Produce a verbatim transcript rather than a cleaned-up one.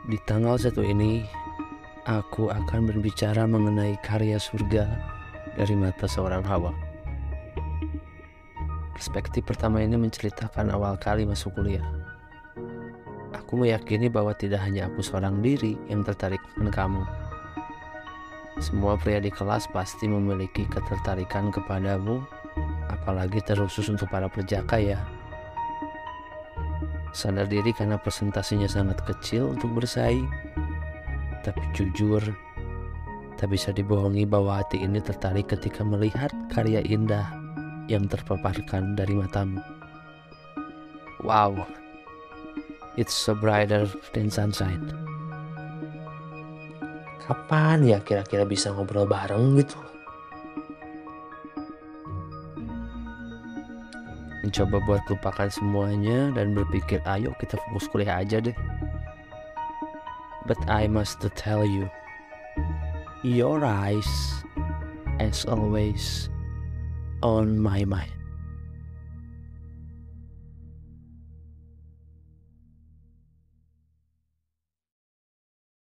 Di tanggal satu ini, aku akan berbicara mengenai karya surga dari mata seorang Hawa. Perspektif pertama ini menceritakan awal kali masuk kuliah. Aku meyakini bahwa tidak hanya aku seorang diri yang tertarik dengan kamu. Semua pria di kelas pasti memiliki ketertarikan kepadamu, apalagi terkhusus untuk para perjaka ya. Sadar diri karena presentasinya sangat kecil untuk bersaing, tapi jujur, tak bisa dibohongi bahwa hati ini tertarik ketika melihat karya indah yang terpaparkan dari matamu. Wow, it's so brighter than sunshine. Kapan ya kira-kira bisa ngobrol bareng gitu? Mencoba buat lupakan semuanya dan berpikir ayo kita fokus kuliah aja deh. But I must tell you, your eyes as always on my mind.